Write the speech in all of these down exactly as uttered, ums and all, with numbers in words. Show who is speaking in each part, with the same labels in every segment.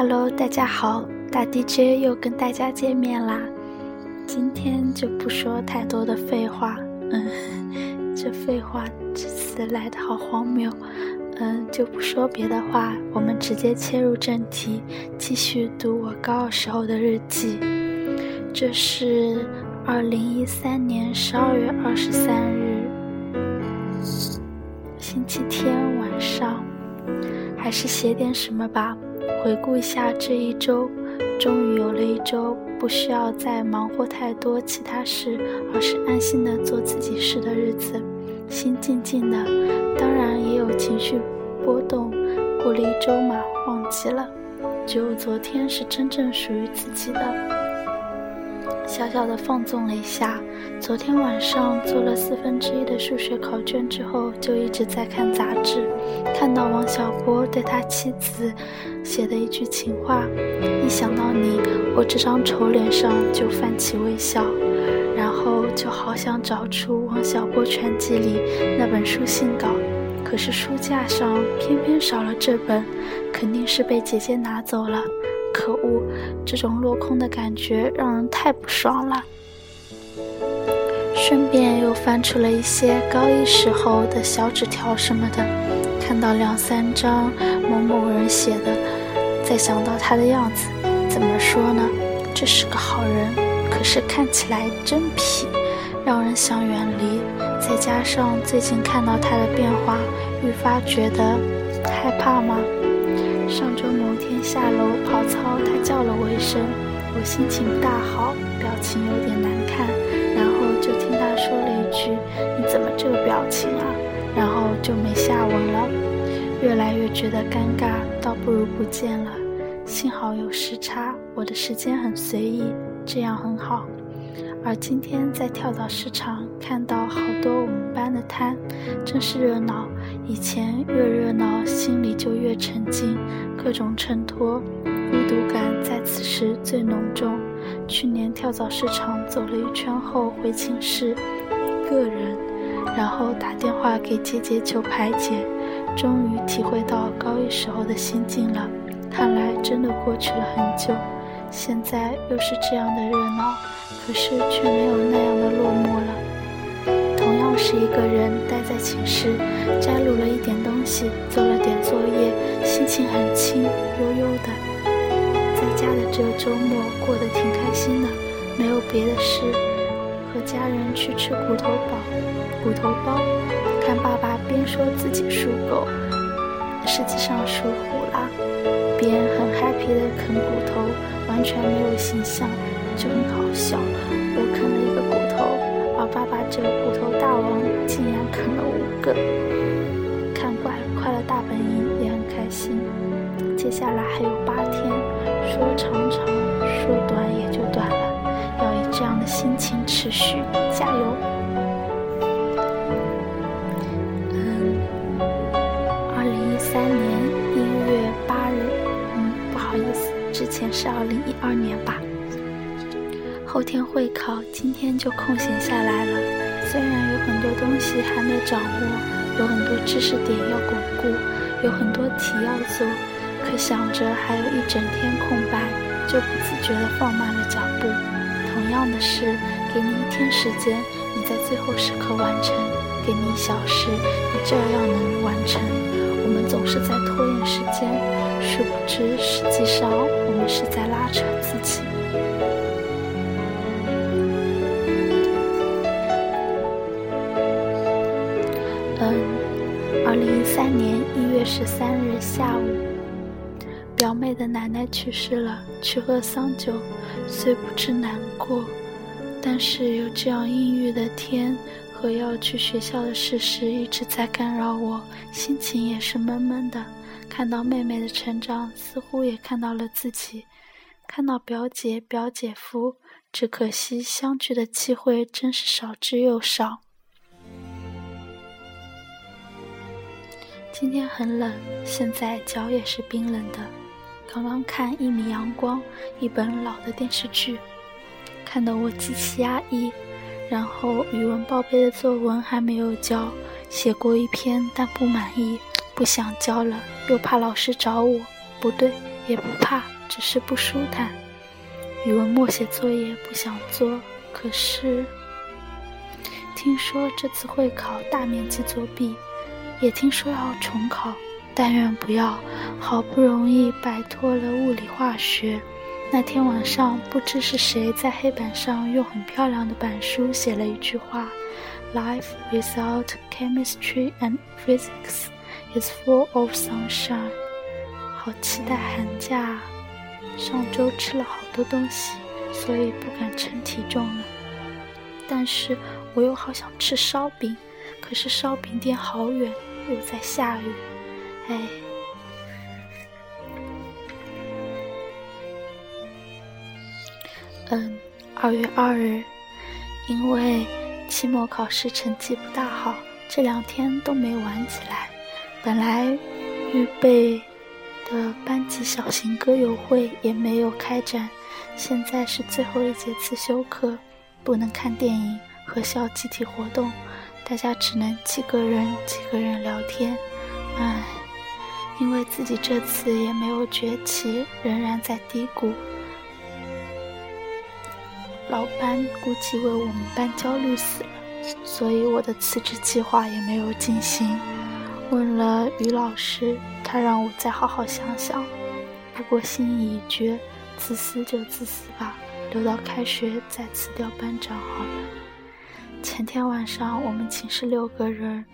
Speaker 1: Hello， 大家好，大 D J 又跟大家见面啦。今天就不说太多的废话，嗯，这废话这词来得好荒谬，嗯，就不说别的话，我们直接切入正题，继续读我高二时候的日记。这是二零一三年十二月二十三日，星期天晚上，还是写点什么吧。回顾一下这一周，终于有了一周不需要再忙活太多其他事，而是安心的做自己事的日子，心静静的，当然也有情绪波动。过了一周嘛，忘记了，只有昨天是真正属于自己的。小小的放纵了一下，昨天晚上做了四分之一的数学考卷之后，就一直在看杂志，看到王小波对他妻子写的一句情话，一想到你，我这张丑脸上就泛起微笑，然后就好想找出王小波全集里那本书信稿，可是书架上偏偏少了这本，肯定是被姐姐拿走了。可恶，这种落空的感觉让人太不爽了。顺便又翻出了一些高一时候的小纸条什么的，看到两三张某某人写的，再想到他的样子，怎么说呢，这是个好人，可是看起来真痞，让人想远离。再加上最近看到他的变化，愈发觉得害怕吗？上周某天下楼跑操，他叫了我一声，我心情不大好，表情有点难看，然后就听他说了一句，你怎么这个表情啊，然后就没下文了。越来越觉得尴尬，倒不如不见了。幸好有时差，我的时间很随意，这样很好。而今天在跳蚤市场看到好多我们班的摊，真是热闹。以前越热闹心里就越沉静，各种衬托，孤独感在此时最浓重。去年跳蚤市场走了一圈后回寝室，个人，然后打电话给姐姐求排解，终于体会到高一时候的心境了。看来真的过去了很久，现在又是这样的热闹，可是却没有那样的落寞了。同样是一个人待在寝室，摘录了一点东西，做了点作业，心情很轻，悠悠的。在家的这个周末过得挺开心的，没有别的事，和家人去吃骨头堡骨头包，看爸爸边说自己属狗，实际上属虎啦，边很 happy 的啃骨头，完全没有形象，就很好笑。我啃了一个骨头，而爸爸这个骨头大王竟然啃了五个，看惯了快乐大本营也很开心。接下来还有八天，说长长说短也就短了，要以这样的心情持续加油。嗯，二零一三年一月八日，嗯，不好意思，之前是二零一二年吧。后天会考，今天就空闲下来了。虽然有很多东西还没掌握，有很多知识点要巩固，有很多题要做，可想着还有一整天空白，就不自觉地放慢了脚步。同样的事，给你一天时间，你在最后时刻完成；给你一小时，你照样能完成。我们总是在拖延时间，殊不知实际上我们是在拉扯自己。嗯，二零一三年一月十三日下午，表妹的奶奶去世了，去喝丧酒，虽不知难过，但是有这样阴郁的天和要去学校的事实一直在干扰我，心情也是闷闷的。看到妹妹的成长，似乎也看到了自己，看到表姐表姐夫，只可惜相聚的机会真是少之又少。今天很冷，现在脚也是冰冷的。刚刚看《一米阳光》，一本老的电视剧，看得我极其压抑。然后语文报备的作文还没有交，写过一篇但不满意，不想交了，又怕老师找我，不对，也也不怕，只是不舒坦。语文默写作业不想做，可是听说这次会考大面积作弊，也听说要重考，但愿不要。好不容易摆脱了物理化学，那天晚上不知是谁在黑板上用很漂亮的板书写了一句话， Life without chemistry and physics is full of sunshine。 好期待寒假，上周吃了好多东西，所以不敢称体重了。但是我又好想吃烧饼，可是烧饼店好远，又在下雨。哎，嗯，二月二日，因为期末考试成绩不大好，这两天都没玩起来。本来预备的班级小型歌友会也没有开展，现在是最后一节自修课，不能看电影和校集体活动，大家只能几个人几个人聊天。唉，因为自己这次也没有崛起，仍然在低谷。老班估计为我们班焦虑死了，所以我的辞职计划也没有进行。问了于老师，他让我再好好想想，不过心意已决，自私就自私吧，留到开学再辞掉班长好了。前天晚上我们寝室六个人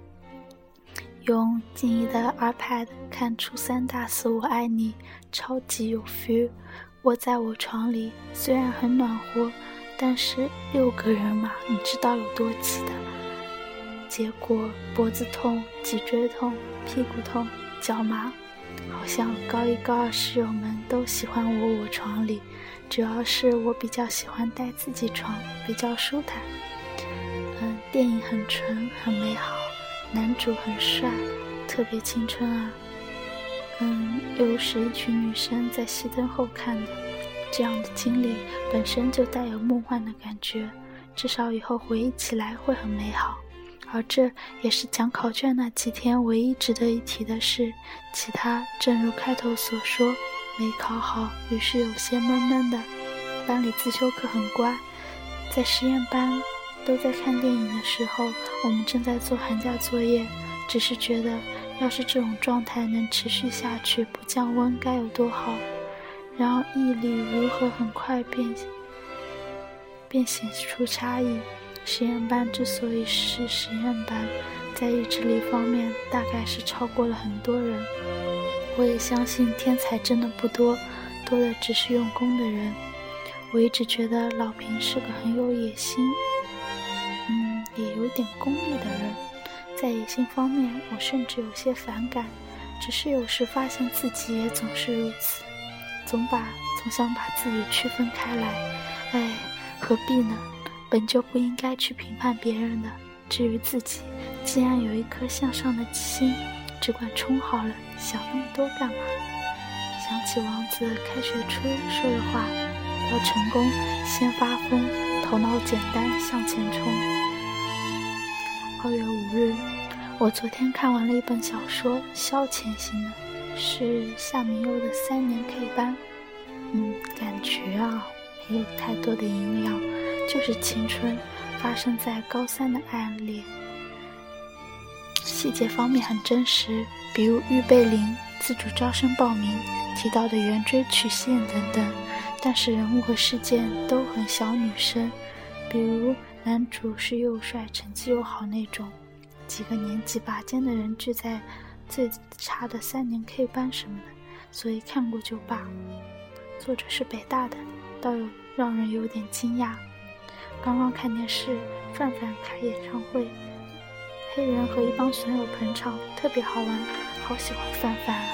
Speaker 1: 用静怡的 iPad 看初三大四我爱你，超级有 feel。 窝在我床里，虽然很暖和，但是六个人嘛，你知道有多挤的。结果脖子痛、脊椎痛、屁股痛、脚麻，好像高一高二室友们都喜欢我窝床里，主要是我比较喜欢带自己床，比较舒坦。嗯，电影很纯很美好，男主很帅，特别青春啊。嗯，又是一群女生在熄灯后看的，这样的经历本身就带有梦幻的感觉，至少以后回忆起来会很美好。而这也是讲考卷那几天唯一值得一提的事，其他正如开头所说，没考好，于是有些闷闷的。班里自修课很乖，在实验班都在看电影的时候，我们正在做寒假作业，只是觉得要是这种状态能持续下去，不降温该有多好。然而毅力如何很快便便显示出差异。实验班之所以是实验班，在意志力方面大概是超过了很多人。我也相信天才真的不多，多的只是用功的人。我一直觉得老平是个很有野心，嗯，也有点功利的人。在野心方面，我甚至有些反感，只是有时发现自己也总是如此，总把总想把自己区分开来。哎，何必呢？本就不应该去评判别人的。至于自己，既然有一颗向上的心，只管冲好了，想那么多干嘛？想起王子开学初说的话，要成功先发疯，头脑简单向前冲。二月五日，我昨天看完了一本小说，消遣型的，是夏明佑的三年 K 班。嗯，感觉啊没有太多的营养，就是青春发生在高三的暗恋，细节方面很真实，比如预备铃、自主招生报名提到的圆锥曲线等等，但是人物和事件都很小女生，比如男主是又帅成绩又好那种，几个年纪拔尖的人聚在最差的三年 K 班什么的，所以看过就罢。作者是北大的，倒有让人有点惊讶。刚刚看电视，范范开演唱会，黑人和一帮损友捧场，特别好玩，好喜欢范范啊。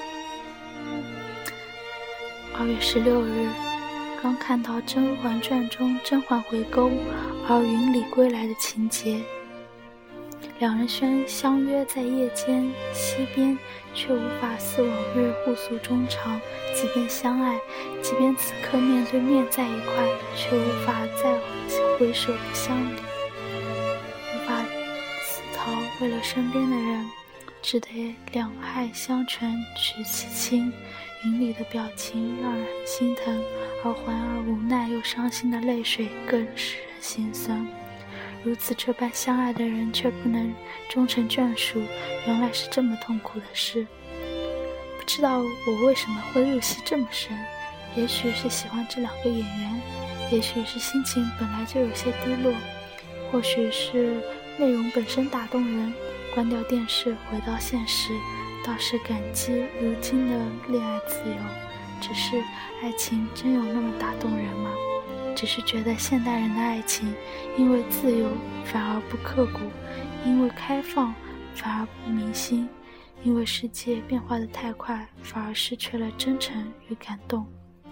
Speaker 1: 二月十六日，刚看到《甄嬛传》中甄嬛回宫而云里归来的情节，两人虽相约在夜间溪边，却无法似往日互诉衷肠。即便相爱，即便此刻面对面在一块，却无法再回首不相离，无法死逃为了身边的人。 只得两害相权取其轻。云里的表情让人很心疼，而环儿无奈又伤心的泪水更使人心酸。如此这般相爱的人却不能终成眷属，原来是这么痛苦的事。不知道我为什么会入戏这么深，也许是喜欢这两个演员，也许是心情本来就有些低落，或许是内容本身打动人。关掉电视，回到现实，倒是感激如今的恋爱自由。只是爱情真有那么打动人吗？只是觉得现代人的爱情因为自由反而不刻骨，因为开放反而不明心，因为世界变化得太快，反而失去了真诚与感动。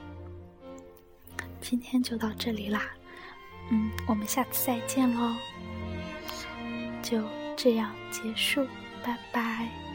Speaker 1: 今天就到这里啦，嗯，我们下次再见咯，就这样结束，拜拜。